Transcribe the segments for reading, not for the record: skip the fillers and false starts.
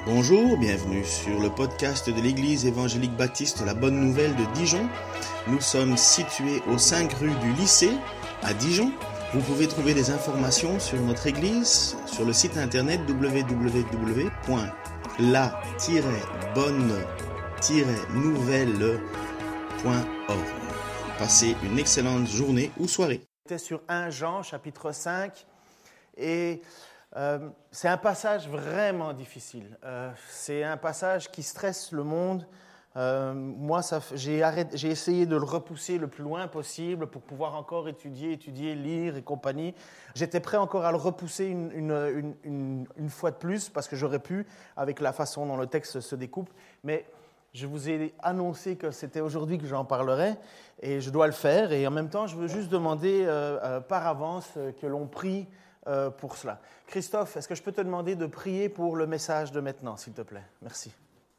Bonjour, bienvenue sur le podcast de l'Église évangélique baptiste La Bonne Nouvelle de Dijon. Nous sommes situés aux 5 rues du lycée à Dijon. Vous pouvez trouver des informations sur notre Église sur le site internet www.la-bonne-nouvelle.org. Passez une excellente journée ou soirée. C'était sur 1 Jean, chapitre 5, et c'est un passage vraiment difficile. C'est un passage qui stresse le monde. Moi, j'ai essayé de le repousser le plus loin possible pour pouvoir encore étudier, lire et compagnie. J'étais prêt encore à le repousser une fois de plus parce que j'aurais pu, avec la façon dont le texte se découpe, mais je vous ai annoncé que c'était aujourd'hui que j'en parlerais et je dois le faire. Et en même temps, je veux juste demander par avance que l'on prie pour cela. Christophe, est-ce que je peux te demander de prier pour le message de maintenant, s'il te plaît? Merci.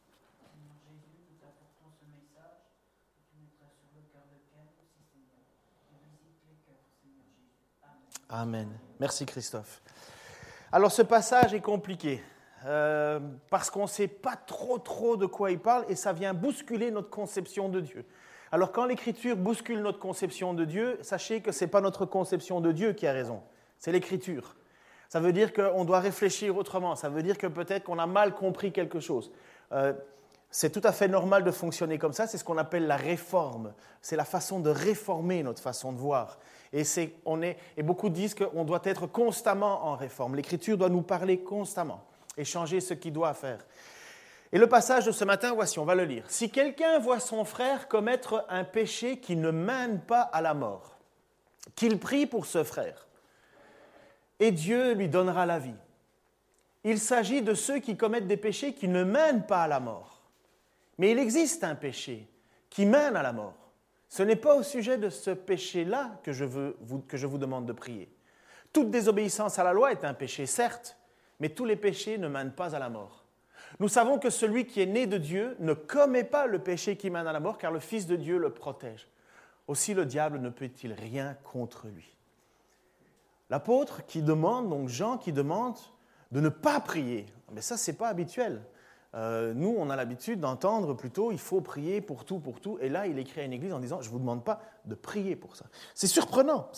Amen. Merci Christophe. Alors ce passage est compliqué parce qu'on ne sait pas trop de quoi il parle et ça vient bousculer notre conception de Dieu. Alors quand l'Écriture bouscule notre conception de Dieu, sachez que ce n'est pas notre conception de Dieu qui a raison, c'est l'Écriture. Ça veut dire qu'on doit réfléchir autrement, ça veut dire que peut-être qu'on a mal compris quelque chose. C'est tout à fait normal de fonctionner comme ça, c'est ce qu'on appelle la réforme. C'est la façon de réformer notre façon de voir. Et beaucoup disent qu'on doit être constamment en réforme. L'Écriture doit nous parler constamment et changer ce qu'il doit faire. Et le passage de ce matin, voici, on va le lire. « Si quelqu'un voit son frère commettre un péché qui ne mène pas à la mort, qu'il prie pour ce frère, et Dieu lui donnera la vie. Il s'agit de ceux qui commettent des péchés qui ne mènent pas à la mort. Mais il existe un péché qui mène à la mort. Ce n'est pas au sujet de ce péché-là que je vous demande de prier. Toute désobéissance à la loi est un péché, certes, mais tous les péchés ne mènent pas à la mort. Nous savons que celui qui est né de Dieu ne commet pas le péché qui mène à la mort, car le Fils de Dieu le protège. Aussi le diable ne peut-il rien contre lui. » L'apôtre qui demande, donc Jean qui demande de ne pas prier. Mais ça, ce n'est pas habituel. Nous, on a l'habitude d'entendre plutôt « il faut prier pour tout ». Et là, il écrit à une église en disant « je ne vous demande pas de prier pour ça ». C'est surprenant.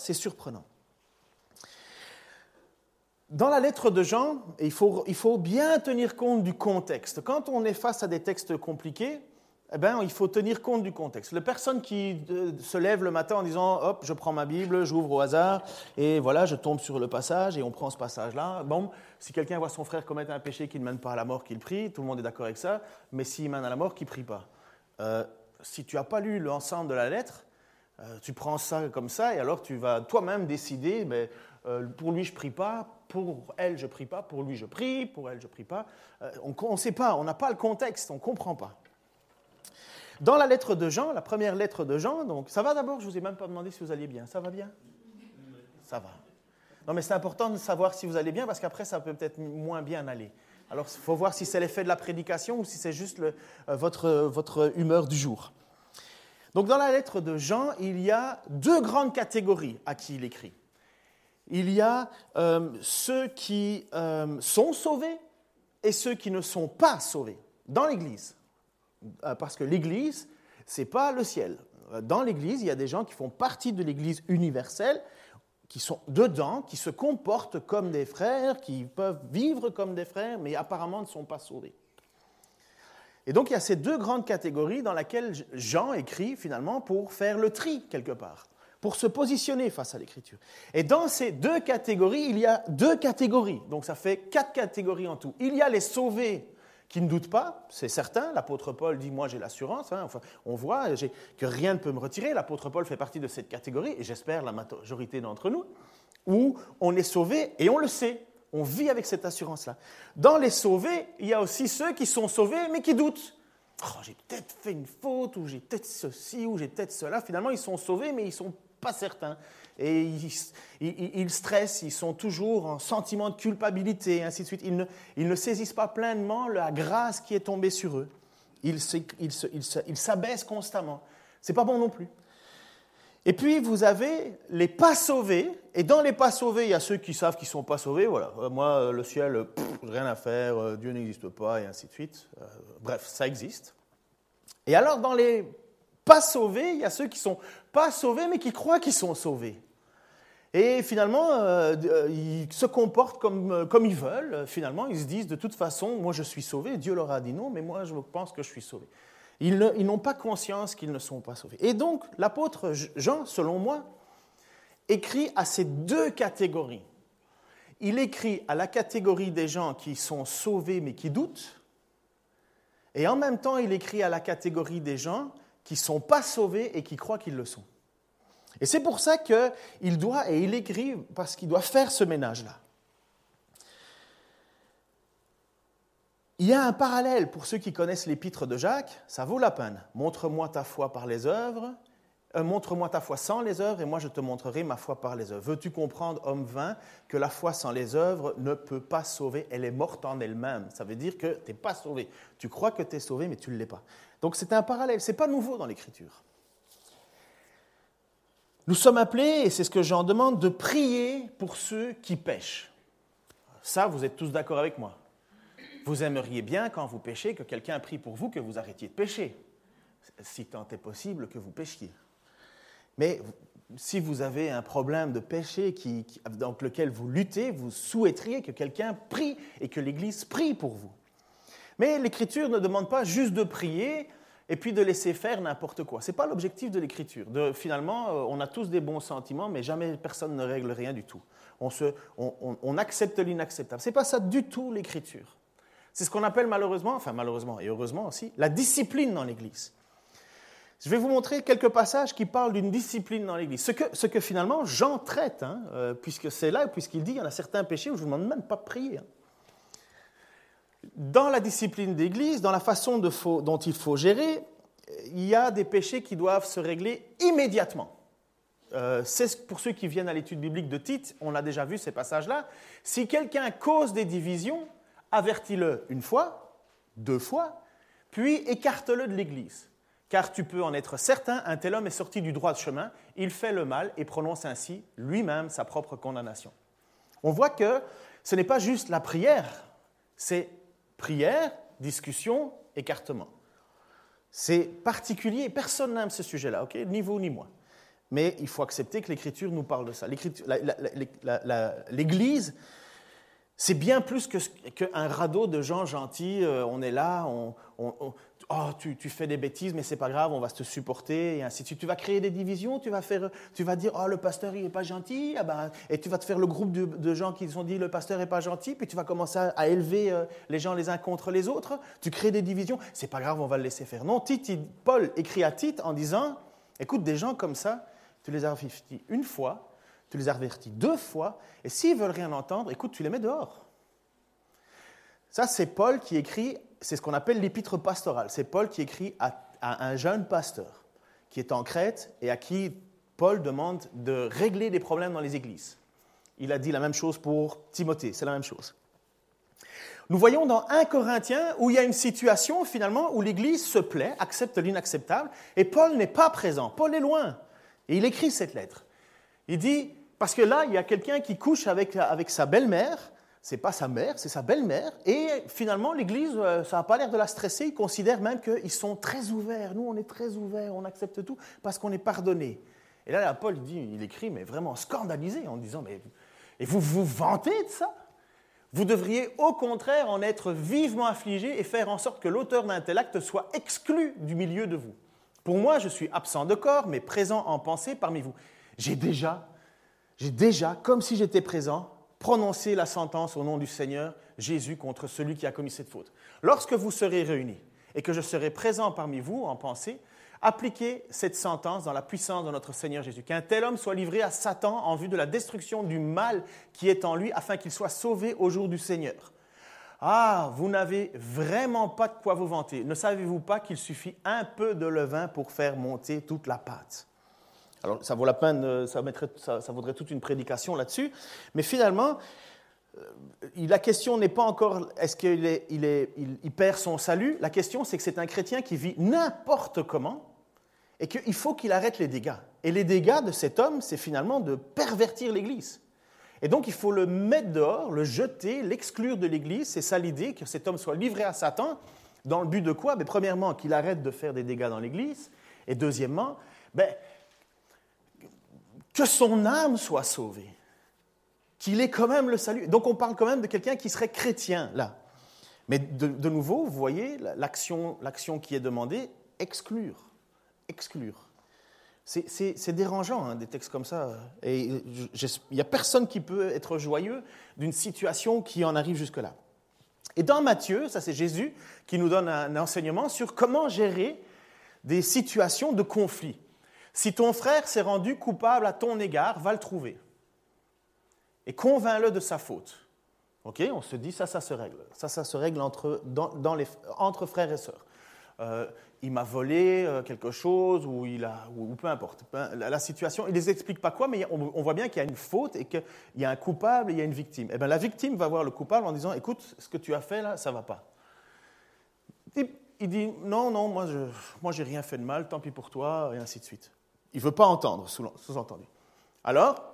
Dans la lettre de Jean, il faut bien tenir compte du contexte. Quand on est face à des textes compliqués, il faut tenir compte du contexte. La personne qui se lève le matin en disant « hop, je prends ma Bible, j'ouvre au hasard, et voilà, je tombe sur le passage, et on prend ce passage-là. » Bon, si quelqu'un voit son frère commettre un péché qui ne mène pas à la mort, qu'il prie, tout le monde est d'accord avec ça, mais s'il mène à la mort, qu'il ne prie pas. Si tu n'as pas lu l'ensemble de la lettre, tu prends ça comme ça, et alors tu vas toi-même décider, pour lui je ne prie pas, pour elle je ne prie pas, pour lui je prie, pour elle je ne prie pas. On ne sait pas, on n'a pas le contexte, on ne comprend pas. Dans la lettre de Jean, la première lettre de Jean, donc ça va d'abord, je ne vous ai même pas demandé si vous alliez bien. Ça va bien? Ça va. Non, mais c'est important de savoir si vous allez bien parce qu'après, ça peut peut-être moins bien aller. Alors, il faut voir si c'est l'effet de la prédication ou si c'est juste votre humeur du jour. Donc, dans la lettre de Jean, il y a 2 grandes catégories à qui il écrit. Il y a ceux qui sont sauvés et ceux qui ne sont pas sauvés dans l'Église. Parce que l'Église, ce n'est pas le ciel. Dans l'Église, il y a des gens qui font partie de l'Église universelle, qui sont dedans, qui se comportent comme des frères, qui peuvent vivre comme des frères, mais apparemment ne sont pas sauvés. Et donc, il y a ces 2 grandes catégories dans lesquelles Jean écrit finalement pour faire le tri quelque part, pour se positionner face à l'Écriture. Et dans ces 2 catégories, il y a 2 catégories. Donc, ça fait 4 catégories en tout. Il y a les sauvés qui ne doutent pas, c'est certain. L'apôtre Paul dit « moi j'ai l'assurance ». On voit que rien ne peut me retirer. L'apôtre Paul fait partie de cette catégorie, et j'espère la majorité d'entre nous, où on est sauvé et on le sait. On vit avec cette assurance-là. Dans les sauvés, il y a aussi ceux qui sont sauvés mais qui doutent. « Oh, j'ai peut-être fait une faute, ou j'ai peut-être ceci, ou j'ai peut-être cela ». Finalement, ils sont sauvés mais ils ne sont pas certains. Et ils stressent, ils sont toujours en sentiment de culpabilité, et ainsi de suite. Ils ne saisissent pas pleinement la grâce qui est tombée sur eux. Ils s'abaissent constamment. Ce n'est pas bon non plus. Et puis, vous avez les pas sauvés. Et dans les pas sauvés, il y a ceux qui savent qu'ils ne sont pas sauvés. Voilà. Moi, le ciel, rien à faire, Dieu n'existe pas, et ainsi de suite. Bref, ça existe. Et alors, dans les pas sauvés, il y a ceux qui ne sont pas sauvés, mais qui croient qu'ils sont sauvés. Et finalement, ils se comportent comme ils veulent. Finalement, ils se disent, de toute façon, moi je suis sauvé. Dieu leur a dit non, mais moi je pense que je suis sauvé. Ils n'ont pas conscience qu'ils ne sont pas sauvés. Et donc, l'apôtre Jean, selon moi, écrit à ces deux catégories. Il écrit à la catégorie des gens qui sont sauvés mais qui doutent, et en même temps, il écrit à la catégorie des gens qui ne sont pas sauvés et qui croient qu'ils le sont. Et c'est pour ça il écrit parce qu'il doit faire ce ménage-là. Il y a un parallèle pour ceux qui connaissent l'épître de Jacques, ça vaut la peine. Montre-moi ta foi par les œuvres, montre-moi ta foi sans les œuvres, et moi je te montrerai ma foi par les œuvres. Veux-tu comprendre, homme vain, que la foi sans les œuvres ne peut pas sauver, elle est morte en elle-même. Ça veut dire que tu n'es pas sauvé. Tu crois que tu es sauvé, mais tu ne l'es pas. Donc c'est un parallèle, ce n'est pas nouveau dans l'Écriture. Nous sommes appelés, et c'est ce que Jean demande, de prier pour ceux qui péchent. Ça, vous êtes tous d'accord avec moi. Vous aimeriez bien, quand vous péchez, que quelqu'un prie pour vous, que vous arrêtiez de pécher. Si tant est possible que vous péchiez. Mais si vous avez un problème de péché dans lequel vous luttez, vous souhaiteriez que quelqu'un prie et que l'Église prie pour vous. Mais l'Écriture ne demande pas juste de prier et puis de laisser faire n'importe quoi. Ce n'est pas l'objectif de l'Écriture. Finalement, on a tous des bons sentiments, mais jamais personne ne règle rien du tout. On accepte l'inacceptable. Ce n'est pas ça du tout l'Écriture. C'est ce qu'on appelle malheureusement et heureusement aussi, la discipline dans l'Église. Je vais vous montrer quelques passages qui parlent d'une discipline dans l'Église. Ce que finalement Jean traite, puisque c'est là, puisqu'il dit qu'il y en a certains péchés où je ne vous demande même pas de prier. Dans la discipline d'Église, dans la façon dont il faut gérer, il y a des péchés qui doivent se régler immédiatement. C'est pour ceux qui viennent à l'étude biblique de Tite, on a déjà vu ces passages-là. Si quelqu'un cause des divisions, avertis-le une fois, 2 fois, puis écarte-le de l'Église. Car tu peux en être certain, un tel homme est sorti du droit chemin, il fait le mal et prononce ainsi lui-même sa propre condamnation. On voit que ce n'est pas juste la prière, c'est prière, discussion, écartement. C'est particulier, personne n'aime ce sujet-là, okay? Ni vous ni moi. Mais il faut accepter que l'Écriture nous parle de ça. L'Église, c'est bien plus qu'un radeau de gens gentils. On est là, tu fais des bêtises, mais c'est pas grave, on va te supporter, et ainsi de suite. Tu vas créer des divisions, tu vas dire, le pasteur, il n'est pas gentil, et tu vas te faire le groupe de gens qui ont dit, le pasteur n'est pas gentil, puis tu vas commencer à élever les gens les uns contre les autres. Tu crées des divisions, c'est pas grave, on va le laisser faire. Non, Paul écrit à Tite en disant, écoute, des gens comme ça, tu les as avertis 1 fois, tu les as avertis 2 fois, et s'ils ne veulent rien entendre, écoute, tu les mets dehors. Ça, c'est Paul qui écrit, c'est ce qu'on appelle l'épître pastorale. C'est Paul qui écrit à un jeune pasteur qui est en Crète et à qui Paul demande de régler des problèmes dans les églises. Il a dit la même chose pour Timothée, c'est la même chose. Nous voyons dans 1 Corinthiens où il y a une situation finalement où l'Église se plaît, accepte l'inacceptable, et Paul n'est pas présent, Paul est loin. Et il écrit cette lettre. Il dit, parce que là, il y a quelqu'un qui couche avec sa belle-mère, c'est pas sa mère, c'est sa belle-mère, et finalement, l'Église, ça n'a pas l'air de la stresser, ils considèrent même qu'ils sont très ouverts. Nous, on est très ouverts, on accepte tout parce qu'on est pardonné. Et là, Paul, il écrit, mais vraiment scandalisé, en disant, mais et vous vous vantez de ça? Vous devriez au contraire en être vivement affligé et faire en sorte que l'auteur d'un tel acte soit exclu du milieu de vous. Pour moi, je suis absent de corps, mais présent en pensée parmi vous. J'ai déjà, comme si j'étais présent, prononcé la sentence au nom du Seigneur Jésus contre celui qui a commis cette faute. Lorsque vous serez réunis et que je serai présent parmi vous en pensée, appliquez cette sentence dans la puissance de notre Seigneur Jésus. Qu'un tel homme soit livré à Satan en vue de la destruction du mal qui est en lui, afin qu'il soit sauvé au jour du Seigneur. Ah, vous n'avez vraiment pas de quoi vous vanter. Ne savez-vous pas qu'il suffit un peu de levain pour faire monter toute la pâte? Alors, ça vaut la peine, ça vaudrait toute une prédication là-dessus. Mais finalement, la question n'est pas encore est-ce qu'il perd son salut. La question, c'est que c'est un chrétien qui vit n'importe comment et qu'il faut qu'il arrête les dégâts. Et les dégâts de cet homme, c'est finalement de pervertir l'Église. Et donc, il faut le mettre dehors, le jeter, l'exclure de l'Église. C'est ça l'idée, que cet homme soit livré à Satan. Dans le but de quoi? Premièrement, qu'il arrête de faire des dégâts dans l'Église. Et deuxièmement, que son âme soit sauvée. Qu'il ait quand même le salut. Donc, on parle quand même de quelqu'un qui serait chrétien, là. Mais de nouveau, vous voyez, l'action qui est demandée, exclure. C'est dérangeant, hein, des textes comme ça. Et il n'y a personne qui peut être joyeux d'une situation qui en arrive jusque-là. Et dans Matthieu, ça c'est Jésus qui nous donne un enseignement sur comment gérer des situations de conflit. Si ton frère s'est rendu coupable à ton égard, va le trouver. Et convainc-le de sa faute. Ok, on se dit, ça se règle. Ça se règle entre frères et sœurs. Il m'a volé quelque chose ou peu importe. La situation, il ne les explique pas quoi, mais on voit bien qu'il y a une faute et qu'il y a un coupable et il y a une victime. Et bien, la victime va voir le coupable en disant, écoute, ce que tu as fait là, ça ne va pas. Il dit, non, moi j'ai rien fait de mal, tant pis pour toi, et ainsi de suite. Il ne veut pas entendre, sous-entendu. Alors,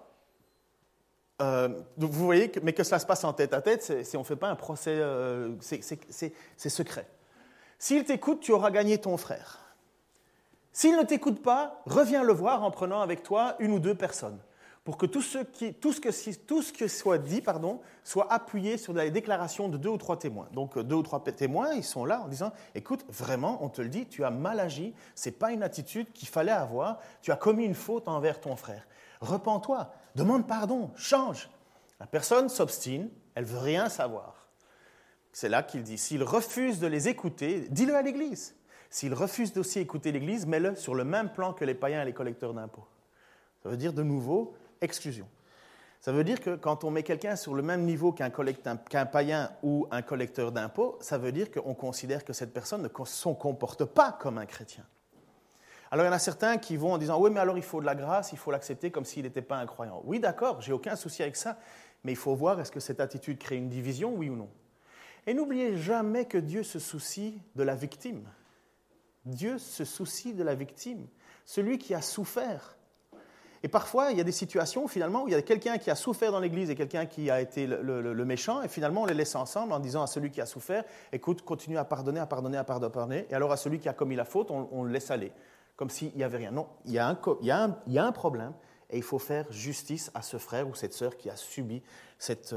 vous voyez, mais que cela se passe en tête à tête, on ne fait pas un procès, c'est secret. S'il t'écoute, tu auras gagné ton frère. S'il ne t'écoute pas, reviens le voir en prenant avec toi une ou deux personnes, pour que tout ce qui soit dit soit appuyé sur la déclaration de 2 ou 3 témoins. Donc 2 ou 3 témoins, ils sont là en disant, écoute, vraiment, on te le dit, tu as mal agi, ce n'est pas une attitude qu'il fallait avoir, tu as commis une faute envers ton frère. Repens-toi, demande pardon, change. La personne s'obstine, elle ne veut rien savoir. C'est là qu'il dit, s'il refuse de les écouter, dis-le à l'Église. S'il refuse d'aussi écouter l'Église, mets-le sur le même plan que les païens et les collecteurs d'impôts. Ça veut dire de nouveau, exclusion. Ça veut dire que quand on met quelqu'un sur le même niveau qu'un païen ou un collecteur d'impôts, ça veut dire qu'on considère que cette personne ne se comporte pas comme un chrétien. Alors il y en a certains qui vont en disant, oui, mais alors il faut de la grâce, il faut l'accepter comme s'il n'était pas un croyant. Oui, d'accord, j'ai aucun souci avec ça, mais il faut voir, est-ce que cette attitude crée une division, oui ou non? Et n'oubliez jamais que Dieu se soucie de la victime. Dieu se soucie de la victime, celui qui a souffert. Et parfois, il y a des situations, finalement, où il y a quelqu'un qui a souffert dans l'Église et quelqu'un qui a été le méchant, et finalement, on les laisse ensemble en disant à celui qui a souffert, écoute, continue à pardonner. Et alors, à celui qui a commis la faute, on le laisse aller, comme s'il n'y avait rien. Non, il y a un problème, et il faut faire justice à ce frère ou cette sœur qui a subi cette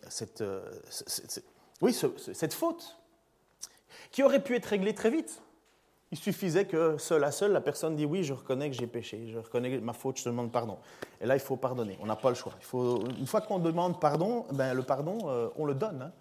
faute, qui aurait pu être réglée très vite. Il suffisait que seule à seule, la personne dit « oui, je reconnais que j'ai péché, je reconnais ma faute, je te demande pardon ». Et là, il faut pardonner, on n'a pas le choix. Une fois qu'on demande pardon, le pardon, on le donne.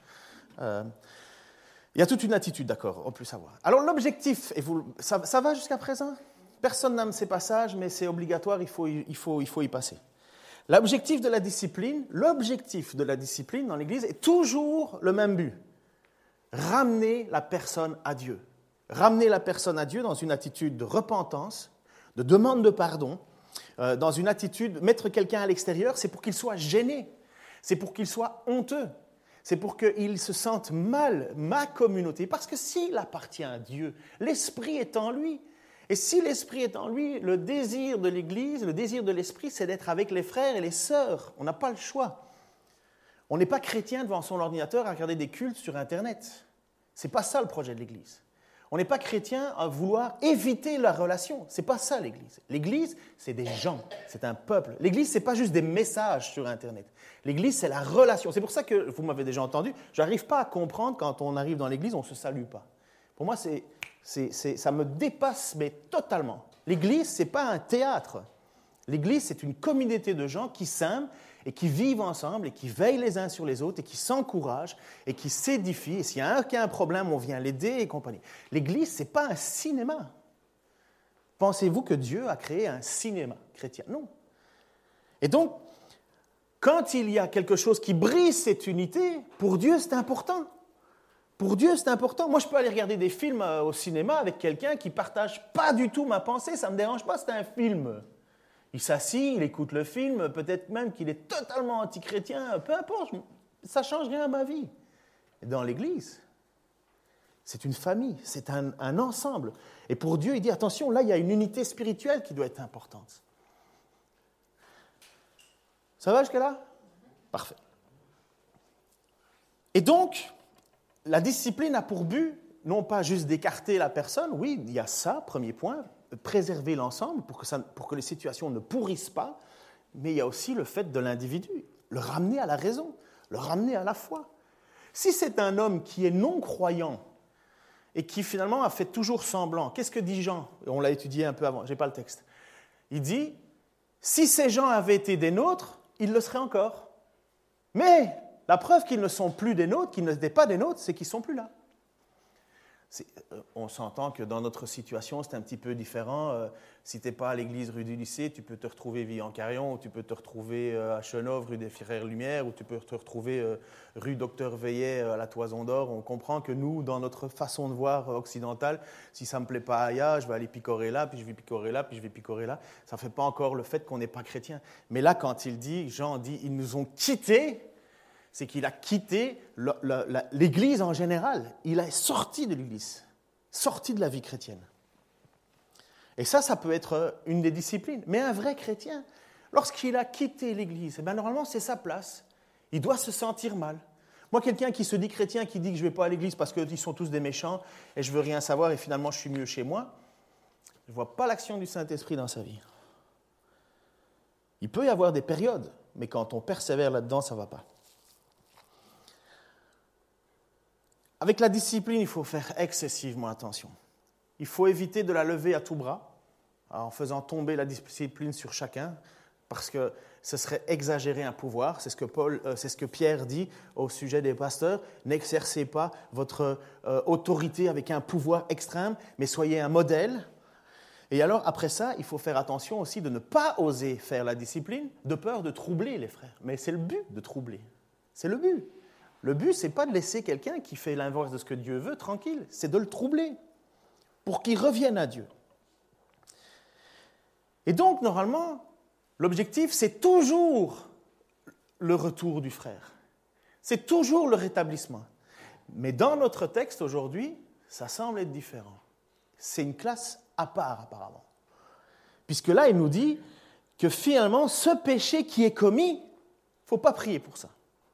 Il y a toute une attitude, d'accord, on peut savoir. Alors l'objectif, ça va jusqu'à présent? Personne n'aime ces passages, mais c'est obligatoire, il faut y passer. L'objectif de la discipline dans l'Église est toujours le même but. Ramener la personne à Dieu. Ramener la personne à Dieu dans une attitude de repentance, de demande de pardon, dans une attitude, mettre quelqu'un à l'extérieur, c'est pour qu'il soit gêné, c'est pour qu'il soit honteux, c'est pour qu'il se sente mal, ma communauté. Parce que s'il appartient à Dieu, l'Esprit est en lui. Et si l'Esprit est en lui, le désir de l'Église, le désir de l'Esprit, c'est d'être avec les frères et les sœurs. On n'a pas le choix. On n'est pas chrétien devant son ordinateur à regarder des cultes sur Internet. Ce n'est pas ça le projet de l'Église. On n'est pas chrétien à vouloir éviter la relation. Ce n'est pas ça l'Église. L'Église, c'est des gens, c'est un peuple. L'Église, ce n'est pas juste des messages sur Internet. L'Église, c'est la relation. C'est pour ça que, vous m'avez déjà entendu, je n'arrive pas à comprendre quand on arrive dans l'Église, on ne se salue pas. Pour moi, ça me dépasse, mais totalement. L'Église, ce n'est pas un théâtre. L'Église, c'est une communauté de gens qui s'aiment et qui vivent ensemble et qui veillent les uns sur les autres et qui s'encouragent et qui s'édifient. Et s'il y a un qui a un problème, on vient l'aider et compagnie. L'Église, ce n'est pas un cinéma. Pensez-vous que Dieu a créé un cinéma chrétien? Non. Et donc, quand il y a quelque chose qui brise cette unité, pour Dieu, c'est important. Pour Dieu, c'est important. Moi, je peux aller regarder des films au cinéma avec quelqu'un qui ne partage pas du tout ma pensée. Ça ne me dérange pas, c'est un film. Il s'assit, il écoute le film, peut-être même qu'il est totalement anti-chrétien, peu importe, ça ne change rien à ma vie. Et dans l'Église, c'est une famille, c'est un ensemble. Et pour Dieu, il dit, attention, là, il y a une unité spirituelle qui doit être importante. Ça va jusqu'à là? Parfait. Et donc, la discipline a pour but, non pas juste d'écarter la personne, oui, il y a ça, premier point, préserver l'ensemble pour que les situations ne pourrissent pas, mais il y a aussi le fait de l'individu, le ramener à la raison, le ramener à la foi. Si c'est un homme qui est non-croyant et qui finalement a fait toujours semblant, qu'est-ce que dit Jean? On l'a étudié un peu avant, je n'ai pas le texte. Il dit, si ces gens avaient été des nôtres, ils le seraient encore. Mais la preuve qu'ils ne sont plus des nôtres, qu'ils n'étaient pas des nôtres, c'est qu'ils ne sont plus là. On s'entend que dans notre situation, c'est un petit peu différent. Si tu n'es pas à l'église rue du Lycée, tu peux te retrouver Ville-en-Carillon, ou tu peux te retrouver à Chenôve, rue des Frères Lumière, ou tu peux te retrouver rue Docteur Veillet à la Toison d'Or. On comprend que nous, dans notre façon de voir occidentale, si ça ne me plaît pas ailleurs, je vais aller picorer là, puis je vais picorer là, puis je vais picorer là. Ça ne fait pas encore le fait qu'on n'est pas chrétien. Mais là, quand Jean dit, ils nous ont quittés, c'est qu'il a quitté l'Église en général. Il est sorti de l'Église, sorti de la vie chrétienne. Et ça peut être une des disciplines. Mais un vrai chrétien, lorsqu'il a quitté l'Église, normalement, c'est sa place. Il doit se sentir mal. Moi, quelqu'un qui se dit chrétien, qui dit que je ne vais pas à l'Église parce qu'ils sont tous des méchants et je ne veux rien savoir et finalement je suis mieux chez moi, je ne vois pas l'action du Saint-Esprit dans sa vie. Il peut y avoir des périodes, mais quand on persévère là-dedans, ça ne va pas. Avec la discipline, il faut faire excessivement attention. Il faut éviter de la lever à tout bras, en faisant tomber la discipline sur chacun, parce que ce serait exagérer un pouvoir. C'est ce que Pierre dit au sujet des pasteurs. N'exercez pas votre autorité avec un pouvoir extrême, mais soyez un modèle. Et alors, après ça, il faut faire attention aussi de ne pas oser faire la discipline, de peur de troubler les frères. Mais c'est le but de troubler. C'est le but. Le but, ce n'est pas de laisser quelqu'un qui fait l'inverse de ce que Dieu veut tranquille, c'est de le troubler pour qu'il revienne à Dieu. Et donc, normalement, l'objectif, c'est toujours le retour du frère. C'est toujours le rétablissement. Mais dans notre texte aujourd'hui, ça semble être différent. C'est une classe à part, apparemment. Puisque là, il nous dit que finalement, ce péché qui est commis, il ne faut pas prier pour ça.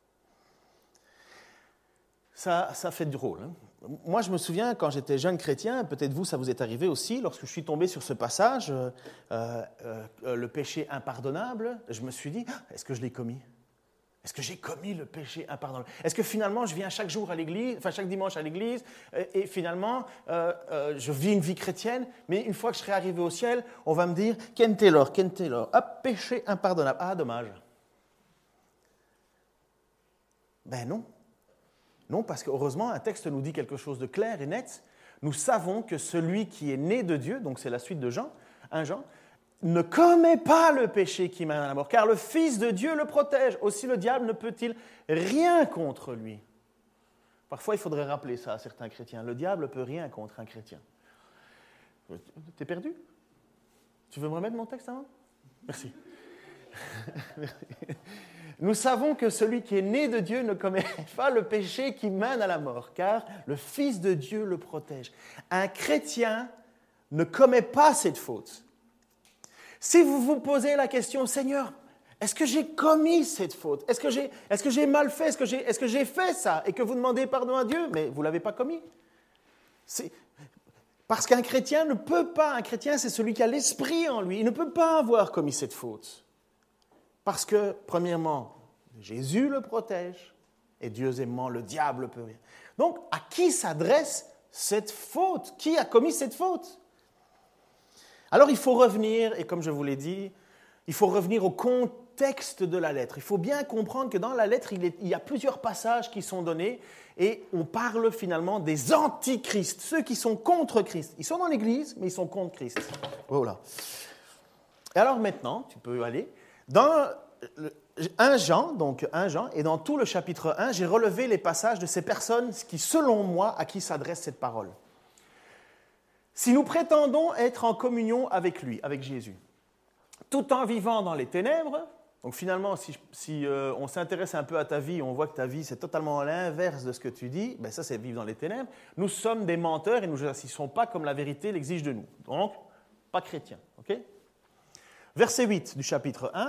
Ça fait drôle. Hein. Moi, je me souviens, quand j'étais jeune chrétien, peut-être vous, ça vous est arrivé aussi, lorsque je suis tombé sur ce passage, le péché impardonnable, je me suis dit, est-ce que je l'ai commis? Est-ce que j'ai commis le péché impardonnable? Est-ce que finalement, je viens chaque jour à l'église, chaque dimanche à l'église, et finalement, je vis une vie chrétienne, mais une fois que je serai arrivé au ciel, on va me dire, Ken Taylor, hop, péché impardonnable. Ah, dommage. Ben non. Non, parce qu'heureusement, un texte nous dit quelque chose de clair et net. Nous savons que celui qui est né de Dieu, donc c'est la suite de Jean, 1 Jean, ne commet pas le péché qui mène à la mort, car le Fils de Dieu le protège. Aussi le diable ne peut-il rien contre lui. Parfois, il faudrait rappeler ça à certains chrétiens. Le diable ne peut rien contre un chrétien. T'es perdu? Tu veux me remettre mon texte avant? Merci. Nous savons que celui qui est né de Dieu ne commet pas le péché qui mène à la mort, car le Fils de Dieu le protège. Un chrétien ne commet pas cette faute. Si vous vous posez la question, Seigneur, est-ce que j'ai commis cette faute? Est-ce que j'ai mal fait? Est-ce que j'ai fait ça? Et que vous demandez pardon à Dieu, mais vous ne l'avez pas commis. Parce qu'un chrétien ne peut pas, un chrétien c'est celui qui a l'esprit en lui, il ne peut pas avoir commis cette faute. Parce que, premièrement, Jésus le protège, et deuxièmement, le diable peut rien. Donc, à qui s'adresse cette faute? Qui a commis cette faute? Alors, il faut revenir, et comme je vous l'ai dit, il faut revenir au contexte de la lettre. Il faut bien comprendre que dans la lettre, il y a plusieurs passages qui sont donnés, et on parle finalement des antichrists, ceux qui sont contre Christ. Ils sont dans l'Église, mais ils sont contre Christ. Voilà. Et alors maintenant, tu peux aller... Dans 1 Jean, et dans tout le chapitre 1, j'ai relevé les passages de ces personnes qui, selon moi, à qui s'adresse cette parole. Si nous prétendons être en communion avec lui, avec Jésus, tout en vivant dans les ténèbres, donc finalement, si on s'intéresse un peu à ta vie, on voit que ta vie, c'est totalement l'inverse de ce que tu dis, ben ça, c'est vivre dans les ténèbres. Nous sommes des menteurs et nous n'agissons pas comme la vérité l'exige de nous. Donc, pas chrétiens, ok ? Verset 8 du chapitre 1, «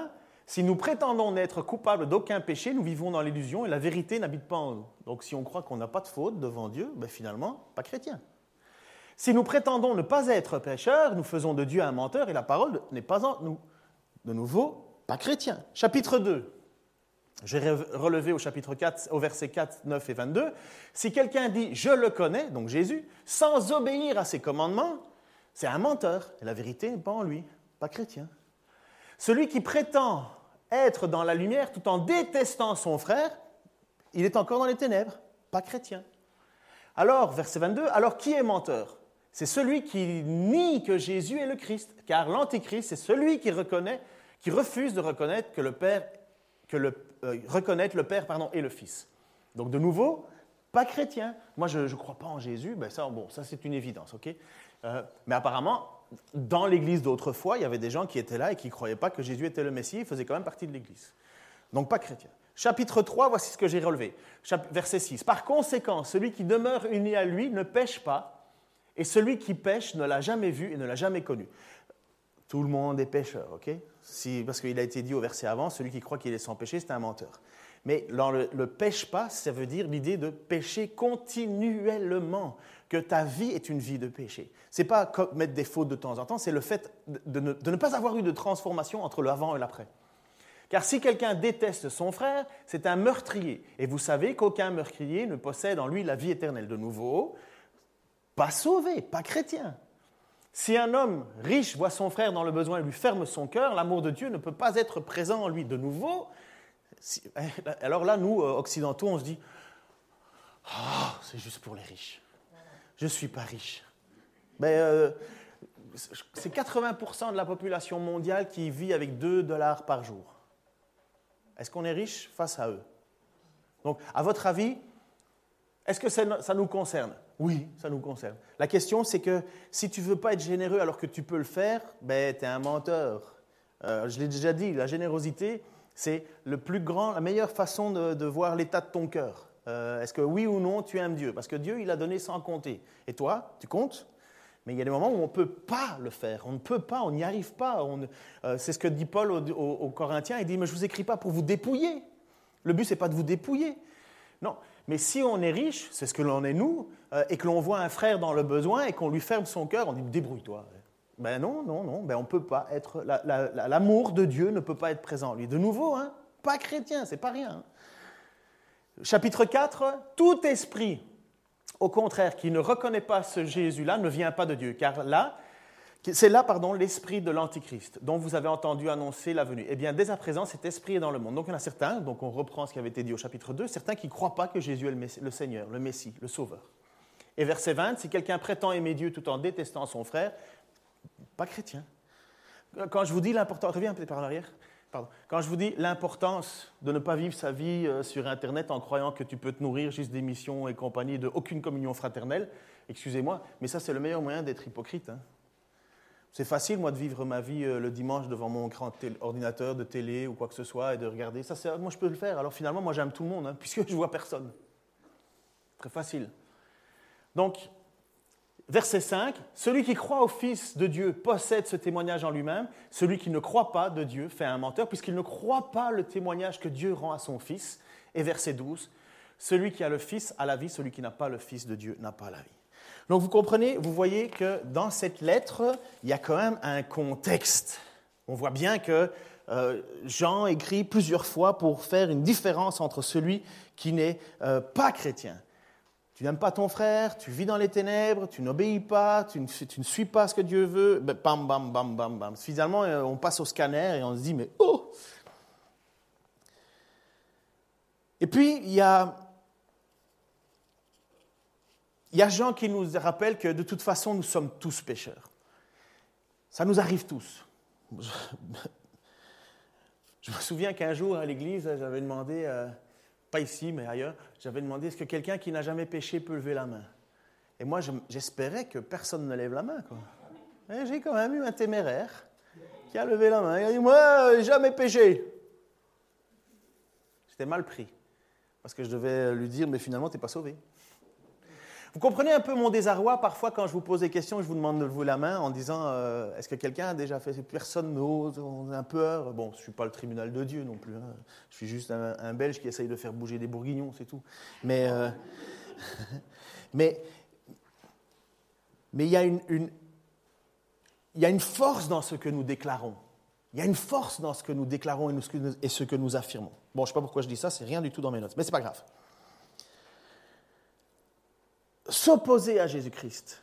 Si nous prétendons n'être coupables d'aucun péché, nous vivons dans l'illusion et la vérité n'habite pas en nous. Donc si on croit qu'on n'a pas de faute devant Dieu, finalement, pas chrétien. Si nous prétendons ne pas être pécheurs, nous faisons de Dieu un menteur et la parole n'est pas en nous. De nouveau, pas chrétien. Chapitre 2. J'ai relevé au chapitre 4, au verset 4, 9 et 22. Si quelqu'un dit « je le connais », donc Jésus, sans obéir à ses commandements, c'est un menteur et la vérité n'est pas en lui, pas chrétien. Celui qui prétend être dans la lumière tout en détestant son frère, il est encore dans les ténèbres, pas chrétien. Alors, verset 22, alors qui est menteur ? C'est celui qui nie que Jésus est le Christ, car l'Antichrist, c'est celui qui refuse de reconnaître reconnaître le Père et le Fils. Donc de nouveau, pas chrétien. Moi, je ne crois pas en Jésus, ça c'est une évidence, ok ? Mais apparemment, dans l'Église d'autrefois, il y avait des gens qui étaient là et qui ne croyaient pas que Jésus était le Messie, ils faisaient quand même partie de l'Église. Donc pas chrétien. Chapitre 3, voici ce que j'ai relevé. Verset 6. Par conséquent, celui qui demeure uni à lui ne pêche pas, et celui qui pêche ne l'a jamais vu et ne l'a jamais connu. Tout le monde est pécheur, ok ? Parce qu'il a été dit au verset avant, celui qui croit qu'il est sans péché, c'est un menteur. Mais le pêche pas, ça veut dire l'idée de pécher continuellement, que ta vie est une vie de péché. Ce n'est pas commettre des fautes de temps en temps, c'est le fait de ne pas avoir eu de transformation entre le avant et l'après. Car si quelqu'un déteste son frère, c'est un meurtrier. Et vous savez qu'aucun meurtrier ne possède en lui la vie éternelle. De nouveau, pas sauvé, pas chrétien. Si un homme riche voit son frère dans le besoin et lui ferme son cœur, l'amour de Dieu ne peut pas être présent en lui. De nouveau, alors là, nous, occidentaux, on se dit « Oh, c'est juste pour les riches. Je ne suis pas riche. » C'est 80% de la population mondiale qui vit avec $2 par jour. Est-ce qu'on est riche face à eux? Donc, à votre avis, est-ce que ça nous concerne? Oui, ça nous concerne. La question, c'est que si tu ne veux pas être généreux alors que tu peux le faire, tu es un menteur. Je l'ai déjà dit, la générosité, c'est la meilleure façon de voir l'état de ton cœur. Est-ce que oui ou non, tu aimes Dieu? Parce que Dieu, il a donné sans compter. Et toi, tu comptes? Mais il y a des moments où on ne peut pas le faire. On ne peut pas, on n'y arrive pas. C'est ce que dit Paul aux Corinthiens. Il dit, mais je ne vous écris pas pour vous dépouiller. Le but, ce n'est pas de vous dépouiller. Non, mais si on est riche, c'est ce que l'on est nous, et que l'on voit un frère dans le besoin et qu'on lui ferme son cœur, on dit, débrouille-toi. Non, on ne peut pas être... L'amour de Dieu ne peut pas être présent en lui. De nouveau, pas chrétien, c'est pas rien. Chapitre 4, tout esprit, au contraire, qui ne reconnaît pas ce Jésus-là, ne vient pas de Dieu, car c'est là, l'esprit de l'Antichrist, dont vous avez entendu annoncer la venue. Eh bien, dès à présent, cet esprit est dans le monde. Donc, il y en a certains, donc on reprend ce qui avait été dit au chapitre 2, certains qui ne croient pas que Jésus est le Seigneur, le Messie, le Sauveur. Et verset 20, si quelqu'un prétend aimer Dieu tout en détestant son frère, pas chrétien. Quand je vous dis l'importance... Reviens peut-être par l'arrière. Pardon. Quand je vous dis l'importance de ne pas vivre sa vie sur Internet en croyant que tu peux te nourrir juste d'émissions et compagnie, de aucune communion fraternelle, excusez-moi, mais ça, c'est le meilleur moyen d'être hypocrite. C'est facile, moi, de vivre ma vie le dimanche devant mon grand ordinateur de télé ou quoi que ce soit et de regarder. Ça, moi, je peux le faire. Alors finalement, moi, j'aime tout le monde, puisque je ne vois personne. Très facile. Donc, verset 5, celui qui croit au Fils de Dieu possède ce témoignage en lui-même. Celui qui ne croit pas de Dieu fait un menteur, puisqu'il ne croit pas le témoignage que Dieu rend à son Fils. Et verset 12, celui qui a le Fils a la vie, celui qui n'a pas le Fils de Dieu n'a pas la vie. Donc vous comprenez, vous voyez que dans cette lettre, il y a quand même un contexte. On voit bien que Jean écrit plusieurs fois pour faire une différence entre celui qui n'est pas chrétien. Tu n'aimes pas ton frère, tu vis dans les ténèbres, tu n'obéis pas, tu ne suis pas ce que Dieu veut, bam, bam, bam, bam, bam. Finalement, on passe au scanner et on se dit, mais oh! Et puis, il y a Jean qui nous rappelle que de toute façon, nous sommes tous pécheurs. Ça nous arrive tous. Je me souviens qu'un jour, à l'église, j'avais demandé... pas ici, mais ailleurs, j'avais demandé, est-ce que quelqu'un qui n'a jamais péché peut lever la main? Et moi, j'espérais que personne ne lève la main, quoi. Et j'ai quand même eu un téméraire qui a levé la main. Il a dit, moi, jamais péché. J'étais mal pris, parce que je devais lui dire, mais finalement, tu n'es pas sauvé. Vous comprenez un peu mon désarroi parfois quand je vous pose des questions et je vous demande de lever la main en disant est-ce que quelqu'un a déjà fait ça? Personne n'ose, on a peur. Bon, je ne suis pas le tribunal de Dieu non plus. Hein. Je suis juste un Belge qui essaye de faire bouger des bourguignons, c'est tout. Mais il y a une force dans ce que nous déclarons. Il y a une force dans ce que nous déclarons et ce que nous affirmons. Bon, je ne sais pas pourquoi je dis ça, c'est rien du tout dans mes notes, mais ce n'est pas grave. S'opposer à Jésus-Christ,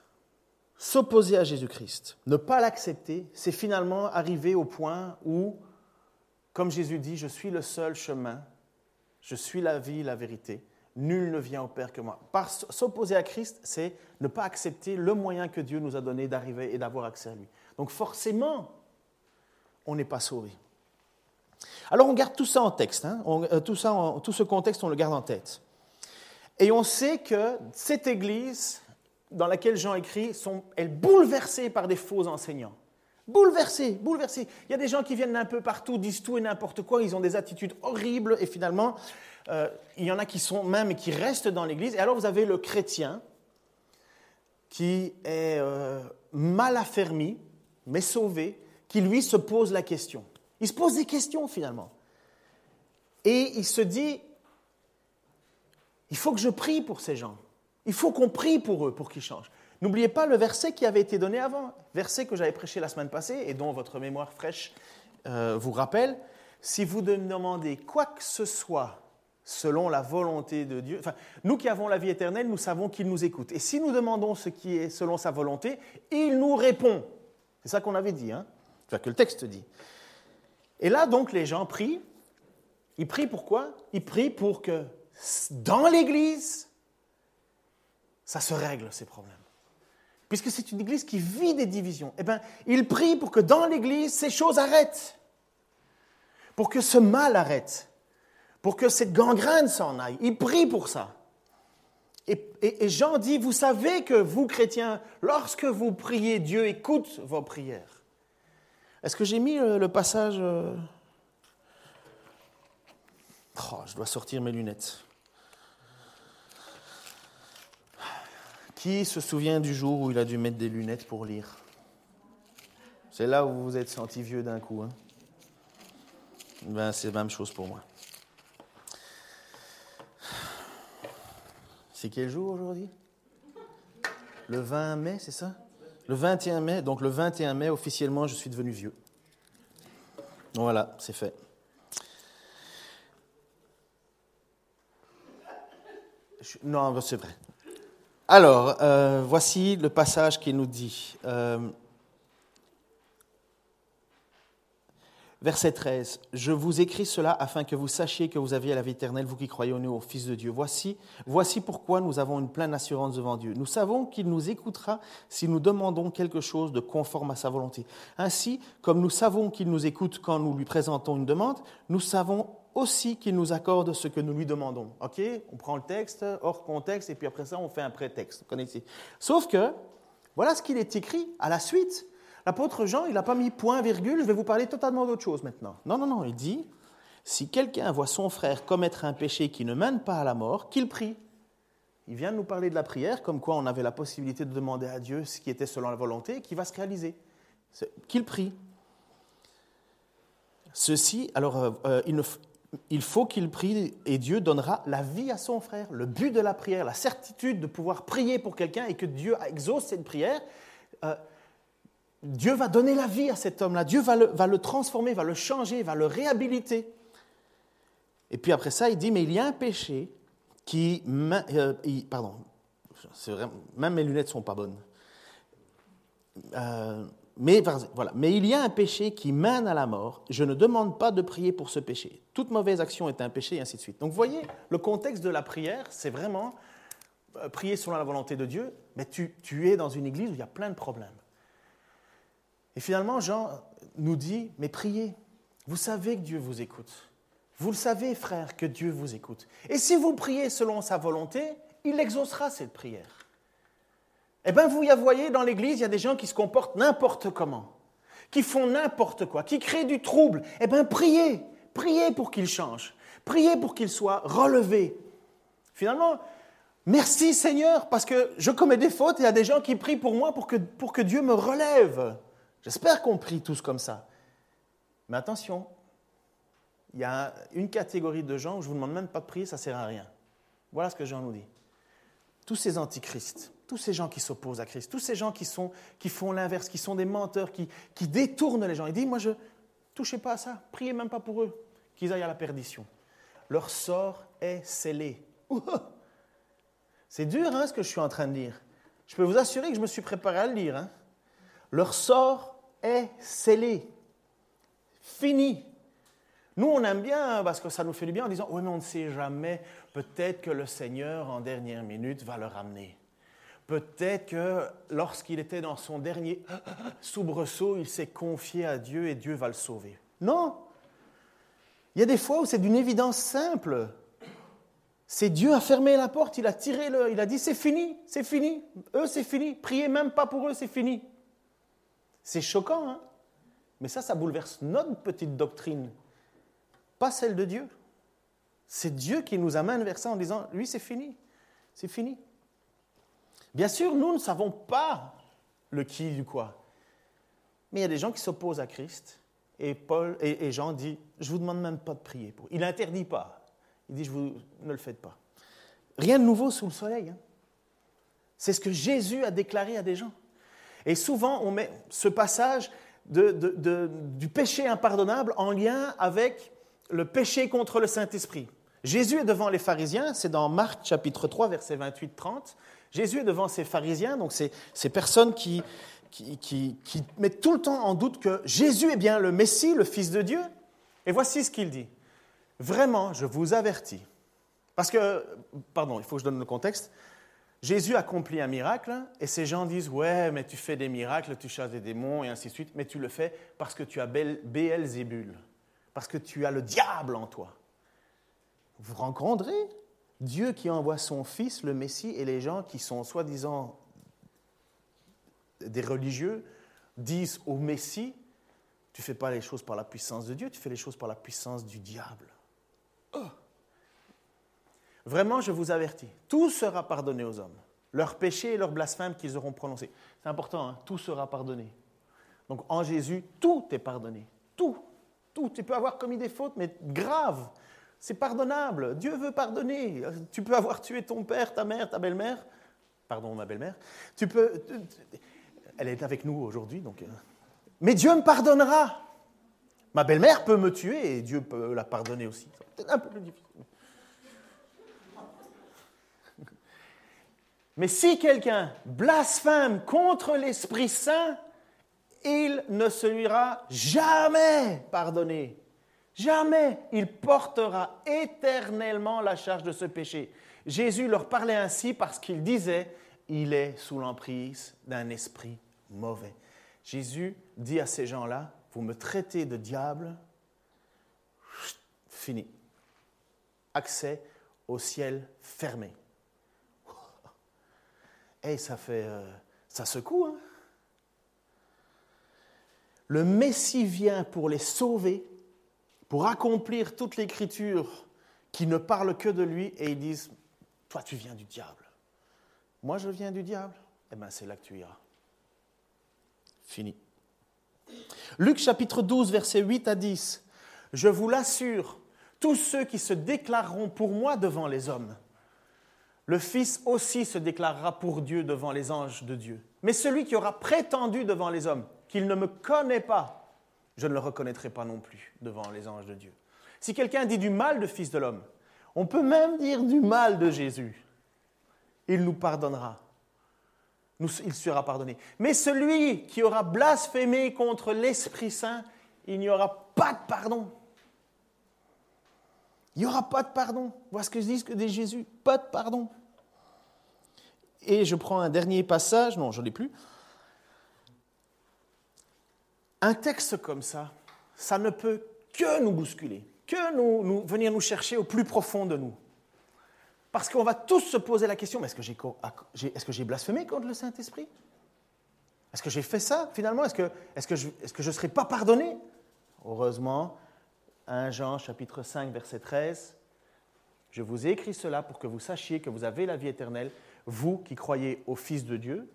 ne pas l'accepter, c'est finalement arriver au point où, comme Jésus dit, je suis le seul chemin, je suis la vie, la vérité, nul ne vient au Père que moi. Par s'opposer à Christ, c'est ne pas accepter le moyen que Dieu nous a donné d'arriver et d'avoir accès à lui. Donc forcément, on n'est pas sauvé. Alors on garde tout ça en texte, hein? Tout ce contexte, on le garde en tête. Et on sait que cette Église dans laquelle Jean écrit, elle est bouleversée par des faux enseignants. Bouleversée. Il y a des gens qui viennent d'un peu partout, disent tout et n'importe quoi, ils ont des attitudes horribles et finalement, il y en a qui sont même et qui restent dans l'Église. Et alors vous avez le chrétien qui est mal affermi, mais sauvé, qui lui se pose la question. Il se pose des questions finalement. Et il se dit, il faut que je prie pour ces gens. Il faut qu'on prie pour eux, pour qu'ils changent. N'oubliez pas le verset qui avait été donné avant, verset que j'avais prêché la semaine passée et dont votre mémoire fraîche vous rappelle. Si vous demandez quoi que ce soit selon la volonté de Dieu, enfin, nous qui avons la vie éternelle, nous savons qu'il nous écoute. Et si nous demandons ce qui est selon sa volonté, il nous répond. C'est ça qu'on avait dit, hein, enfin, que le texte dit. Et là, donc, les gens prient. Ils prient pourquoi? Ils prient pour que dans l'Église, ça se règle, ces problèmes. Puisque c'est une Église qui vit des divisions, eh bien, ils prient pour que dans l'Église, ces choses arrêtent. Pour que ce mal arrête. Pour que cette gangrène s'en aille. Ils prient pour ça. Et Jean dit, vous savez que vous, chrétiens, lorsque vous priez, Dieu écoute vos prières. Est-ce que j'ai mis le passage... Oh, je dois sortir mes lunettes. Qui se souvient du jour où il a dû mettre des lunettes pour lire? C'est là où vous vous êtes senti vieux d'un coup. Hein? Ben, c'est la même chose pour moi. C'est quel jour aujourd'hui? Le 20 mai, c'est ça? Le 21 mai. Donc le 21 mai, officiellement, je suis devenu vieux. Voilà, c'est fait. Non, c'est vrai. Alors, voici le passage qui nous dit, verset 13, « Je vous écris cela afin que vous sachiez que vous avez la vie éternelle, vous qui croyez au Fils de Dieu. Voici pourquoi nous avons une pleine assurance devant Dieu. Nous savons qu'il nous écoutera si nous demandons quelque chose de conforme à sa volonté. Ainsi, comme nous savons qu'il nous écoute quand nous lui présentons une demande, nous savons aussi qu'il nous accorde ce que nous lui demandons. » OK? On prend le texte hors contexte et puis après ça, on fait un prétexte. Vous connaissez? Sauf que, voilà ce qu'il est écrit à la suite. L'apôtre Jean, il n'a pas mis point, virgule, je vais vous parler totalement d'autre chose maintenant. Non, il dit, si quelqu'un voit son frère commettre un péché qui ne mène pas à la mort, qu'il prie. Il vient de nous parler de la prière, comme quoi on avait la possibilité de demander à Dieu ce qui était selon la volonté et qui va se réaliser. Qu'il prie. Ceci, alors, il faut qu'il prie et Dieu donnera la vie à son frère. Le but de la prière, la certitude de pouvoir prier pour quelqu'un et que Dieu exauce cette prière, Dieu va donner la vie à cet homme-là. Dieu va le transformer, va le changer, va le réhabiliter. Et puis après ça, il dit, mais il y a un péché qui... pardon, c'est vrai, même mes lunettes ne sont pas bonnes. Mais il y a un péché qui mène à la mort. Je ne demande pas de prier pour ce péché. Toute mauvaise action est un péché, et ainsi de suite. Donc vous voyez, le contexte de la prière, c'est vraiment prier selon la volonté de Dieu, mais tu es dans une église où il y a plein de problèmes. Et finalement, Jean nous dit, mais priez. Vous savez que Dieu vous écoute. Vous le savez, frères, que Dieu vous écoute. Et si vous priez selon sa volonté, il exaucera cette prière. Eh bien, vous voyez, dans l'Église, il y a des gens qui se comportent n'importe comment, qui font n'importe quoi, qui créent du trouble. Eh bien, priez pour qu'ils changent. Priez pour qu'ils soient relevés. Finalement, Merci Seigneur, parce que je commets des fautes et il y a des gens qui prient pour moi pour que Dieu me relève. J'espère qu'on prie tous comme ça. Mais attention, il y a une catégorie de gens où je ne vous demande même pas de prier, ça ne sert à rien. Voilà ce que Jean nous dit. Tous ces antichrists, tous ces gens qui s'opposent à Christ, tous ces gens qui font l'inverse, qui sont des menteurs, qui détournent les gens. Il dit, moi, touchez pas à ça, priez même pas pour eux, qu'ils aillent à la perdition. Leur sort est scellé. C'est dur, ce que je suis en train de dire. Je peux vous assurer que je me suis préparé à le lire. Leur sort est scellé. Fini. Nous, on aime bien, parce que ça nous fait du bien, en disant « Oui, mais on ne sait jamais, peut-être que le Seigneur, en dernière minute, va le ramener. Peut-être que lorsqu'il était dans son dernier soubresaut, il s'est confié à Dieu et Dieu va le sauver. » Non. Il y a des fois où c'est d'une évidence simple. C'est Dieu a fermé la porte, il a tiré il a dit « C'est fini, c'est fini. Eux, c'est fini. Priez même pas pour eux, c'est fini. » C'est choquant, mais ça bouleverse notre petite doctrine. Pas celle de Dieu. C'est Dieu qui nous amène vers ça en disant, lui, c'est fini. C'est fini. Bien sûr, nous ne savons pas le qui du quoi. Mais il y a des gens qui s'opposent à Christ. Et Paul et Jean disent, je ne vous demande même pas de prier pour. Il n'interdit pas. Il dit, ne le faites pas. Rien de nouveau sous le soleil. C'est ce que Jésus a déclaré à des gens. Et souvent, on met ce passage du péché impardonnable en lien avec le péché contre le Saint-Esprit. Jésus est devant les pharisiens, c'est dans Marc chapitre 3, versets 28-30. Jésus est devant ces pharisiens, donc ces personnes qui mettent tout le temps en doute que Jésus est bien le Messie, le Fils de Dieu. Et voici ce qu'il dit. Vraiment, je vous avertis. Parce que, il faut que je donne le contexte. Jésus accomplit un miracle et ces gens disent « Ouais, mais tu fais des miracles, tu chasses des démons et ainsi de suite, mais tu le fais parce que tu as Béelzébul. Parce que tu as le diable en toi. » Vous rencontrez Dieu qui envoie son Fils, le Messie, et les gens qui sont soi-disant des religieux disent au Messie, tu ne fais pas les choses par la puissance de Dieu, tu fais les choses par la puissance du diable. Oh. Vraiment, je vous avertis, tout sera pardonné aux hommes. Leurs péchés et leurs blasphèmes qu'ils auront prononcés. C'est important, tout sera pardonné. Donc en Jésus, tout est pardonné. Tout. Tu peux avoir commis des fautes, mais graves. C'est pardonnable. Dieu veut pardonner. Tu peux avoir tué ton père, ta mère, ta belle-mère. Pardon, ma belle-mère. Elle est avec nous aujourd'hui, donc. Mais Dieu me pardonnera. Ma belle-mère peut me tuer et Dieu peut la pardonner aussi. C'est peut-être un peu plus difficile. Mais si quelqu'un blasphème contre l'Esprit Saint, il ne se lui sera jamais pardonné. Jamais. Il portera éternellement la charge de ce péché. Jésus leur parlait ainsi parce qu'il disait, il est sous l'emprise d'un esprit mauvais. Jésus dit à ces gens-là, vous me traitez de diable, fini. Accès au ciel fermé. Et ça secoue, Le Messie vient pour les sauver, pour accomplir toute l'Écriture qui ne parle que de lui, et ils disent, toi tu viens du diable. Moi je viens du diable. Eh bien c'est là que tu iras. Fini. Luc chapitre 12, versets 8 à 10. Je vous l'assure, tous ceux qui se déclareront pour moi devant les hommes, le Fils aussi se déclarera pour Dieu devant les anges de Dieu. Mais celui qui aura prétendu devant les hommes qu'il ne me connaît pas, je ne le reconnaîtrai pas non plus devant les anges de Dieu. Si quelqu'un dit du mal de Fils de l'homme, on peut même dire du mal de Jésus, il nous pardonnera. Il sera pardonné. Mais celui qui aura blasphémé contre l'Esprit Saint, il n'y aura pas de pardon. Il n'y aura pas de pardon. Voilà ce que je dis, ce que dit Jésus. Pas de pardon. Et je prends un dernier passage. Non, je ne l'ai plus. Un texte comme ça, ça ne peut que nous bousculer, que venir nous chercher au plus profond de nous. Parce qu'on va tous se poser la question, mais est-ce que j'ai blasphémé contre le Saint-Esprit ? Est-ce que j'ai fait ça, finalement ? Est-ce que je ne serai pas pardonné ? Heureusement, 1 Jean, chapitre 5, verset 13, Je vous ai écrit cela pour que vous sachiez que vous avez la vie éternelle, vous qui croyez au Fils de Dieu.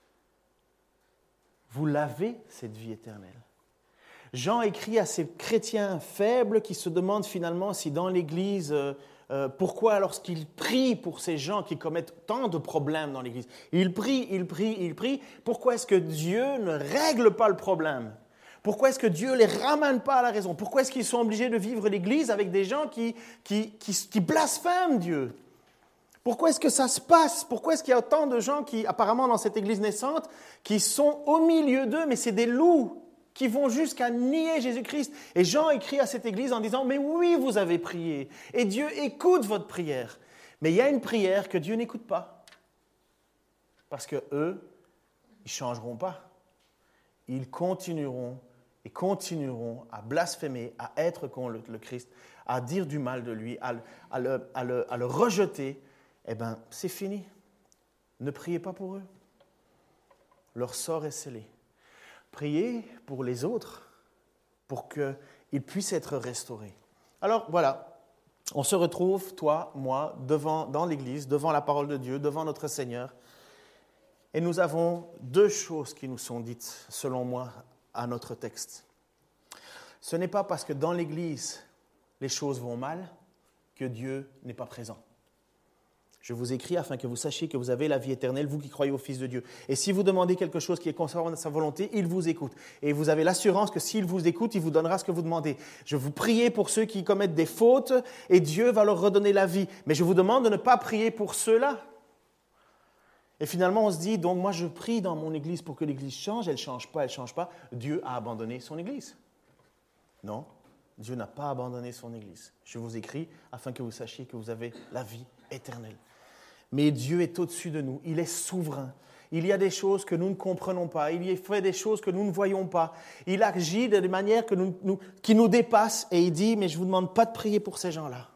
Vous l'avez, cette vie éternelle. Jean écrit à ces chrétiens faibles qui se demandent finalement si dans l'Église, pourquoi lorsqu'il prie pour ces gens qui commettent tant de problèmes dans l'Église, il prie, pourquoi est-ce que Dieu ne règle pas le problème? Pourquoi est-ce que Dieu ne les ramène pas à la raison? Pourquoi est-ce qu'ils sont obligés de vivre l'Église avec des gens qui blasphèment Dieu? Pourquoi est-ce que ça se passe? Pourquoi est-ce qu'il y a autant de gens qui, apparemment dans cette Église naissante, qui sont au milieu d'eux, mais c'est des loups qui vont jusqu'à nier Jésus-Christ? Et Jean écrit à cette Église en disant, mais oui, vous avez prié, et Dieu écoute votre prière. Mais il y a une prière que Dieu n'écoute pas, parce qu'eux, ils ne changeront pas. Ils continueront et continueront à blasphémer, à être contre le Christ, à dire du mal de lui, à le rejeter. Eh bien, c'est fini. Ne priez pas pour eux. Leur sort est scellé. Priez pour les autres, pour qu'ils puissent être restaurés. Alors, voilà, on se retrouve, toi, moi, dans l'Église, devant la parole de Dieu, devant notre Seigneur. Et nous avons deux choses qui nous sont dites, selon moi, à notre texte. Ce n'est pas parce que dans l'Église, les choses vont mal, que Dieu n'est pas présent. Je vous écris afin que vous sachiez que vous avez la vie éternelle, vous qui croyez au Fils de Dieu. Et si vous demandez quelque chose qui est conforme à sa volonté, il vous écoute. Et vous avez l'assurance que s'il vous écoute, il vous donnera ce que vous demandez. Je vous prie pour ceux qui commettent des fautes et Dieu va leur redonner la vie. Mais je vous demande de ne pas prier pour ceux-là. Et finalement, on se dit, donc moi je prie dans mon église pour que l'église change, elle ne change pas. Dieu a abandonné son église. Non, Dieu n'a pas abandonné son église. Je vous écris afin que vous sachiez que vous avez la vie éternelle. Mais Dieu est au-dessus de nous, il est souverain. Il y a des choses que nous ne comprenons pas, il fait des choses que nous ne voyons pas. Il agit de manière qui nous dépassent et il dit, mais je ne vous demande pas de prier pour ces gens-là.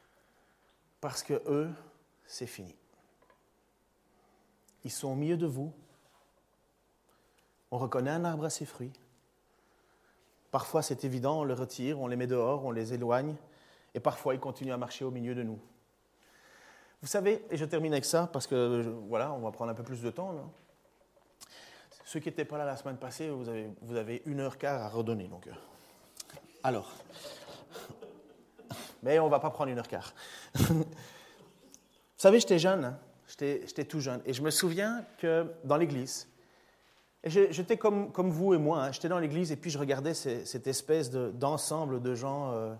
Parce que eux, c'est fini. Ils sont au milieu de vous. On reconnaît un arbre à ses fruits. Parfois, c'est évident, on les retire, on les met dehors, on les éloigne. Et parfois, ils continuent à marcher au milieu de nous. Vous savez, et je termine avec ça, parce que, voilà, on va prendre un peu plus de temps. Là. Ceux qui n'étaient pas là la semaine passée, vous avez 1h15 à redonner. Donc, alors, mais on ne va pas prendre 1h15. Vous savez, j'étais jeune, hein. J'étais tout jeune. Et je me souviens que dans l'église, et j'étais comme vous et moi, hein, j'étais dans l'église et puis je regardais cette espèce d'ensemble de gens.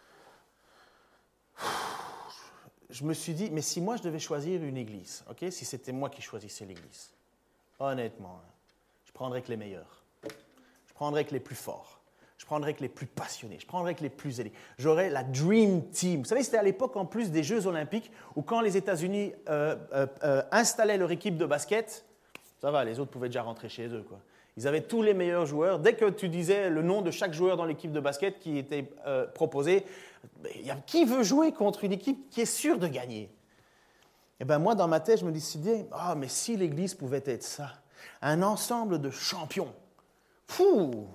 Je me suis dit, mais si moi je devais choisir une église, okay, si c'était moi qui choisissais l'église, honnêtement, je prendrais que les meilleurs. Je prendrais que les plus forts. Je prendrais que les plus passionnés, je prendrais que les plus aidés. J'aurais la Dream Team. Vous savez, c'était à l'époque en plus des Jeux Olympiques où quand les États-Unis installaient leur équipe de basket, ça va, les autres pouvaient déjà rentrer chez eux, quoi. Ils avaient tous les meilleurs joueurs. Dès que tu disais le nom de chaque joueur dans l'équipe de basket qui était proposé, qui veut jouer contre une équipe qui est sûre de gagner? Eh bien, moi, dans ma tête, je me disais, mais si l'Église pouvait être ça, un ensemble de champions. Fou!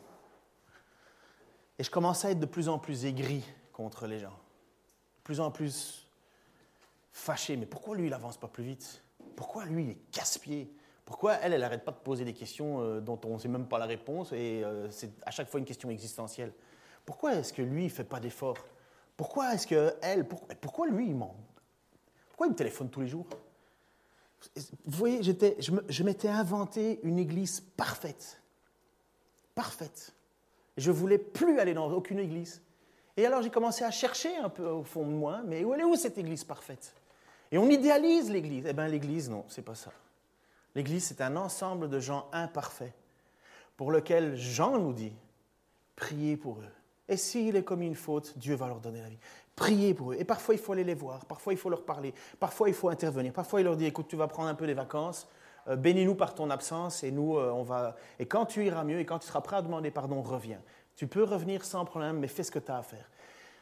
Et je commençais à être de plus en plus aigri contre les gens. De plus en plus fâché. Mais pourquoi lui, il n'avance pas plus vite? Pourquoi lui, il est casse-pied? Pourquoi elle n'arrête pas de poser des questions dont on ne sait même pas la réponse et c'est à chaque fois une question existentielle? Pourquoi est-ce que lui, il ne fait pas d'efforts? Pourquoi est-ce que elle... Pourquoi lui, il ment? Pourquoi il me téléphone tous les jours? Vous voyez, je m'étais inventé une église parfaite. Parfaite. Je ne voulais plus aller dans aucune église. Et alors, j'ai commencé à chercher un peu au fond de moi, mais elle est où cette église parfaite? Et on idéalise l'église. Eh bien, l'église, non, ce n'est pas ça. L'église, c'est un ensemble de gens imparfaits pour lequel Jean nous dit, priez pour eux. Et s'il est commis une faute, Dieu va leur donner la vie. Priez pour eux. Et parfois, il faut aller les voir. Parfois, il faut leur parler. Parfois, il faut intervenir. Parfois, il leur dit, écoute, tu vas prendre un peu des vacances. Bénis-nous par ton absence et nous, on va... Et quand tu iras mieux et quand tu seras prêt à demander pardon, reviens. Tu peux revenir sans problème, mais fais ce que tu as à faire.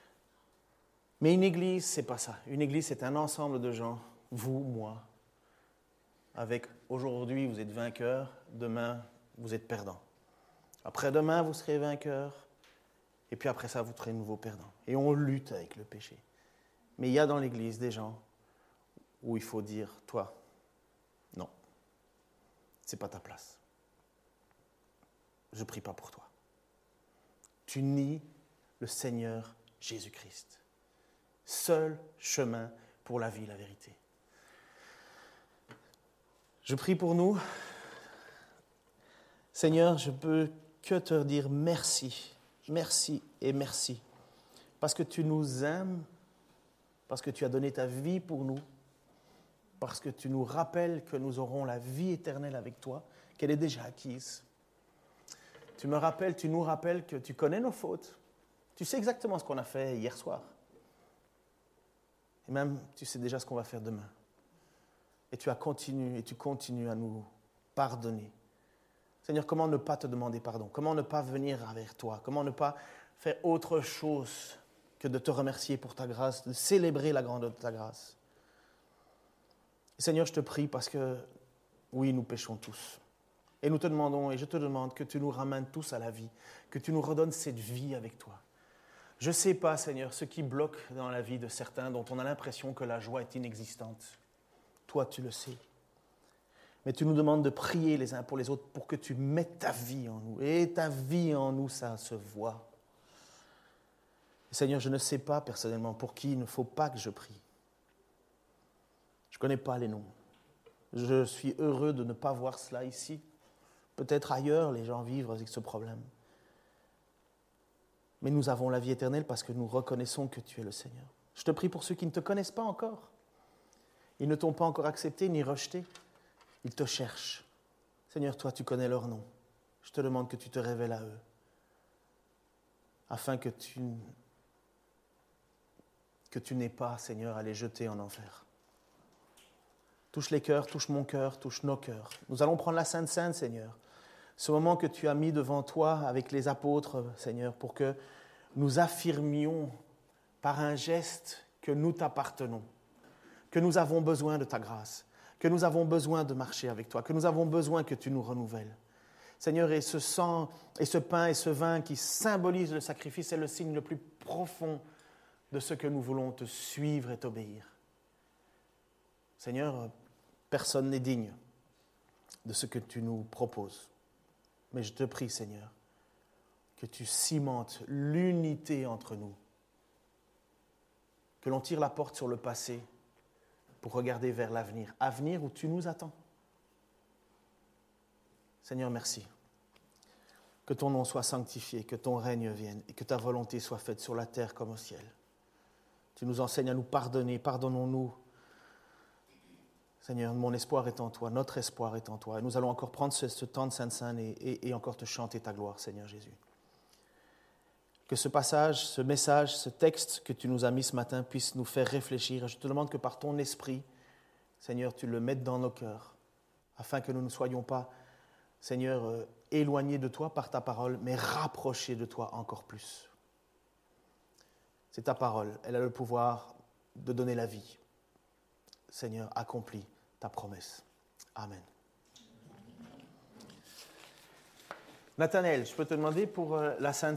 Mais une église, c'est pas ça. Une église, c'est un ensemble de gens, vous, moi, avec aujourd'hui, vous êtes vainqueurs, demain, vous êtes perdants. Après-demain, vous serez vainqueurs, et puis après ça, vous serez nouveau perdants. Et on lutte avec le péché. Mais il y a dans l'Église des gens où il faut dire, toi, non, ce n'est pas ta place. Je ne prie pas pour toi. Tu nies le Seigneur Jésus-Christ. Seul chemin pour la vie, la vérité. Je prie pour nous. Seigneur, je peux que te dire merci, merci et merci. Parce que tu nous aimes, parce que tu as donné ta vie pour nous, parce que tu nous rappelles que nous aurons la vie éternelle avec toi, qu'elle est déjà acquise. Tu nous rappelles que tu connais nos fautes. Tu sais exactement ce qu'on a fait hier soir. Et même, tu sais déjà ce qu'on va faire demain. Et tu continues à nous pardonner. Seigneur, comment ne pas te demander pardon? Comment ne pas venir vers toi? Comment ne pas faire autre chose que de te remercier pour ta grâce, de célébrer la grandeur de ta grâce? Et Seigneur, je te prie parce que, oui, nous péchons tous. Et nous te demandons, et je te demande que tu nous ramènes tous à la vie, que tu nous redonnes cette vie avec toi. Je ne sais pas, Seigneur, ce qui bloque dans la vie de certains dont on a l'impression que la joie est inexistante. Toi, tu le sais. Mais tu nous demandes de prier les uns pour les autres pour que tu mettes ta vie en nous. Et ta vie en nous, ça se voit. Et Seigneur, je ne sais pas personnellement pour qui il ne faut pas que je prie. Je ne connais pas les noms. Je suis heureux de ne pas voir cela ici. Peut-être ailleurs, les gens vivent avec ce problème. Mais nous avons la vie éternelle parce que nous reconnaissons que tu es le Seigneur. Je te prie pour ceux qui ne te connaissent pas encore. Ils ne t'ont pas encore accepté ni rejeté. Ils te cherchent. Seigneur, toi, tu connais leur nom. Je te demande que tu te révèles à eux, afin que tu n'aies pas, Seigneur, à les jeter en enfer. Touche les cœurs, touche mon cœur, touche nos cœurs. Nous allons prendre la Sainte Seine, Seigneur. Ce moment que tu as mis devant toi avec les apôtres, Seigneur, pour que nous affirmions par un geste que nous t'appartenons, que nous avons besoin de ta grâce, que nous avons besoin de marcher avec toi, que nous avons besoin que tu nous renouvelles. Seigneur, et ce sang, et ce pain, et ce vin qui symbolisent le sacrifice, c'est le signe le plus profond de ce que nous voulons te suivre et t'obéir. Seigneur, personne n'est digne de ce que tu nous proposes. Mais je te prie, Seigneur, que tu cimentes l'unité entre nous, que l'on tire la porte sur le passé pour regarder vers l'avenir, avenir où tu nous attends. Seigneur, merci. Que ton nom soit sanctifié, que ton règne vienne et que ta volonté soit faite sur la terre comme au ciel. Tu nous enseignes à nous pardonner, pardonnons-nous. Seigneur, mon espoir est en toi, notre espoir est en toi. Et nous allons encore prendre ce temps de Sainte Seine et encore te chanter ta gloire, Seigneur Jésus. Que ce passage, ce message, ce texte que tu nous as mis ce matin puisse nous faire réfléchir. Et je te demande que par ton esprit, Seigneur, tu le mettes dans nos cœurs, afin que nous ne soyons pas, Seigneur, éloignés de toi par ta parole, mais rapprochés de toi encore plus. C'est ta parole, elle a le pouvoir de donner la vie. Seigneur, accomplis ta promesse. Amen. Nathanaël, je peux te demander pour la Sainte Seine ?